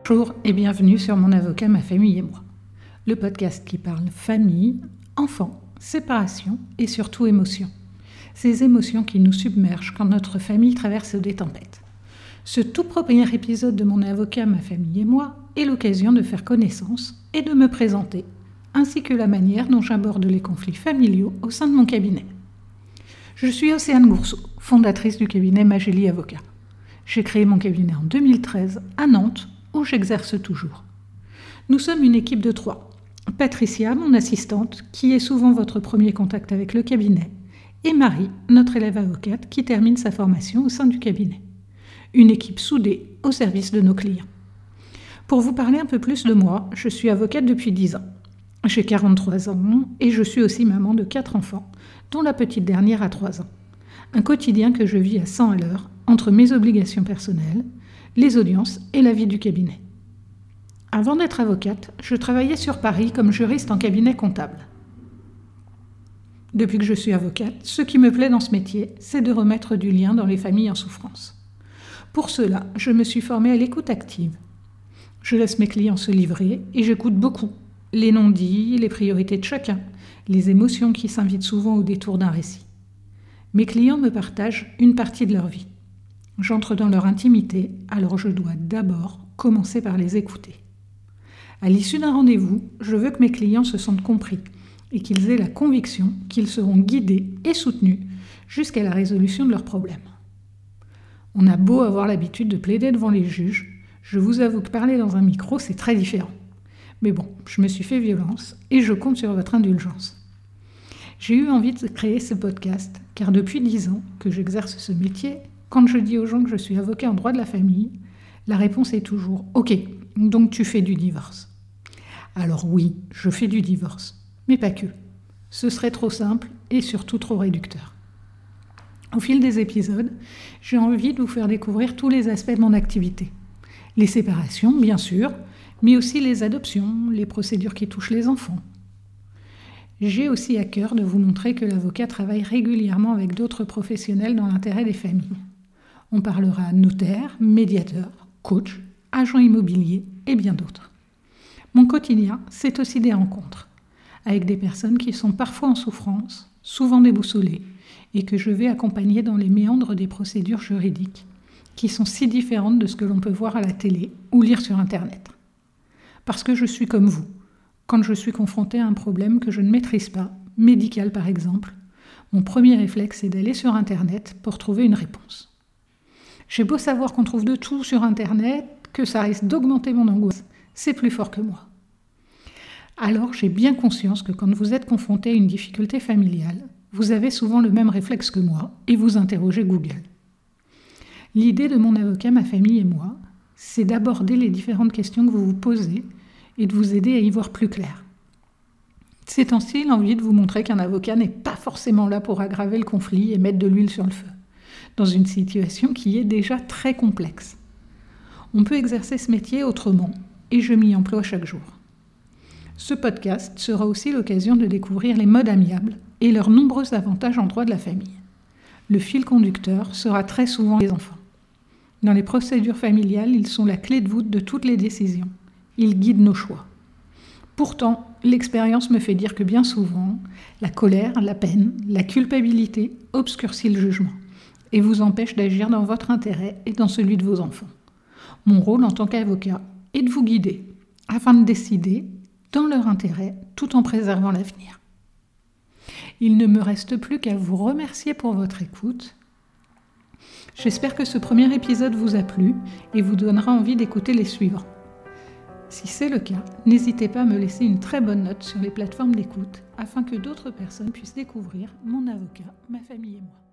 Bonjour et bienvenue sur Mon avocat, ma famille et moi. Le podcast qui parle famille, enfants, séparation et surtout émotions. Ces émotions qui nous submergent quand notre famille traverse des tempêtes. Ce tout premier épisode de Mon avocat, ma famille et moi est l'occasion de faire connaissance et de me présenter, ainsi que la manière dont j'aborde les conflits familiaux au sein de mon cabinet. Je suis Océane Gourceau, fondatrice du cabinet Magélie Avocat. J'ai créé mon cabinet en 2013 à Nantes, où j'exerce toujours. Nous sommes une équipe de 3. Patricia, mon assistante, qui est souvent votre premier contact avec le cabinet, et Marie, notre élève avocate, qui termine sa formation au sein du cabinet. Une équipe soudée au service de nos clients. Pour vous parler un peu plus de moi, je suis avocate depuis 10 ans. J'ai 43 ans et je suis aussi maman de 4 enfants, dont la petite dernière a 3 ans. Un quotidien que je vis à 100 à l'heure, entre mes obligations personnelles, les audiences et la vie du cabinet. Avant d'être avocate, je travaillais sur Paris comme juriste en cabinet comptable. Depuis que je suis avocate, ce qui me plaît dans ce métier, c'est de remettre du lien dans les familles en souffrance. Pour cela, je me suis formée à l'écoute active. Je laisse mes clients se livrer et j'écoute beaucoup. Les non-dits, les priorités de chacun, les émotions qui s'invitent souvent au détour d'un récit. Mes clients me partagent une partie de leur vie. J'entre dans leur intimité, alors je dois d'abord commencer par les écouter. À l'issue d'un rendez-vous, je veux que mes clients se sentent compris et qu'ils aient la conviction qu'ils seront guidés et soutenus jusqu'à la résolution de leurs problèmes. On a beau avoir l'habitude de plaider devant les juges, je vous avoue que parler dans un micro, c'est très différent. Mais bon, je me suis fait violence et je compte sur votre indulgence. J'ai eu envie de créer ce podcast car depuis 10 ans que j'exerce ce métier, quand je dis aux gens que je suis avocat en droit de la famille, la réponse est toujours « Ok, donc tu fais du divorce ». Alors oui, je fais du divorce, mais pas que. Ce serait trop simple et surtout trop réducteur. Au fil des épisodes, j'ai envie de vous faire découvrir tous les aspects de mon activité. Les séparations, bien sûr, mais aussi les adoptions, les procédures qui touchent les enfants. J'ai aussi à cœur de vous montrer que l'avocat travaille régulièrement avec d'autres professionnels dans l'intérêt des familles. On parlera notaire, médiateur, coach, agent immobilier et bien d'autres. Mon quotidien, c'est aussi des rencontres avec des personnes qui sont parfois en souffrance, souvent déboussolées, et que je vais accompagner dans les méandres des procédures juridiques qui sont si différentes de ce que l'on peut voir à la télé ou lire sur Internet. Parce que je suis comme vous. Quand je suis confrontée à un problème que je ne maîtrise pas, médical par exemple, mon premier réflexe est d'aller sur Internet pour trouver une réponse. J'ai beau savoir qu'on trouve de tout sur Internet, que ça risque d'augmenter mon angoisse, c'est plus fort que moi. Alors j'ai bien conscience que quand vous êtes confronté à une difficulté familiale, vous avez souvent le même réflexe que moi et vous interrogez Google. L'idée de Mon avocat, ma famille et moi, c'est d'aborder les différentes questions que vous vous posez et de vous aider à y voir plus clair. C'est ainsi l'envie de vous montrer qu'un avocat n'est pas forcément là pour aggraver le conflit et mettre de l'huile sur le feu, dans une situation qui est déjà très complexe. On peut exercer ce métier autrement, et je m'y emploie chaque jour. Ce podcast sera aussi l'occasion de découvrir les modes amiables et leurs nombreux avantages en droit de la famille. Le fil conducteur sera très souvent les enfants. Dans les procédures familiales, ils sont la clé de voûte de toutes les décisions. Ils guident nos choix. Pourtant, l'expérience me fait dire que bien souvent, la colère, la peine, la culpabilité obscurcit le jugement et vous empêche d'agir dans votre intérêt et dans celui de vos enfants. Mon rôle en tant qu'avocat est de vous guider afin de décider dans leur intérêt tout en préservant l'avenir. Il ne me reste plus qu'à vous remercier pour votre écoute. J'espère que ce premier épisode vous a plu et vous donnera envie d'écouter les suivants. Si c'est le cas, n'hésitez pas à me laisser une très bonne note sur les plateformes d'écoute afin que d'autres personnes puissent découvrir Mon avocat, ma famille et moi.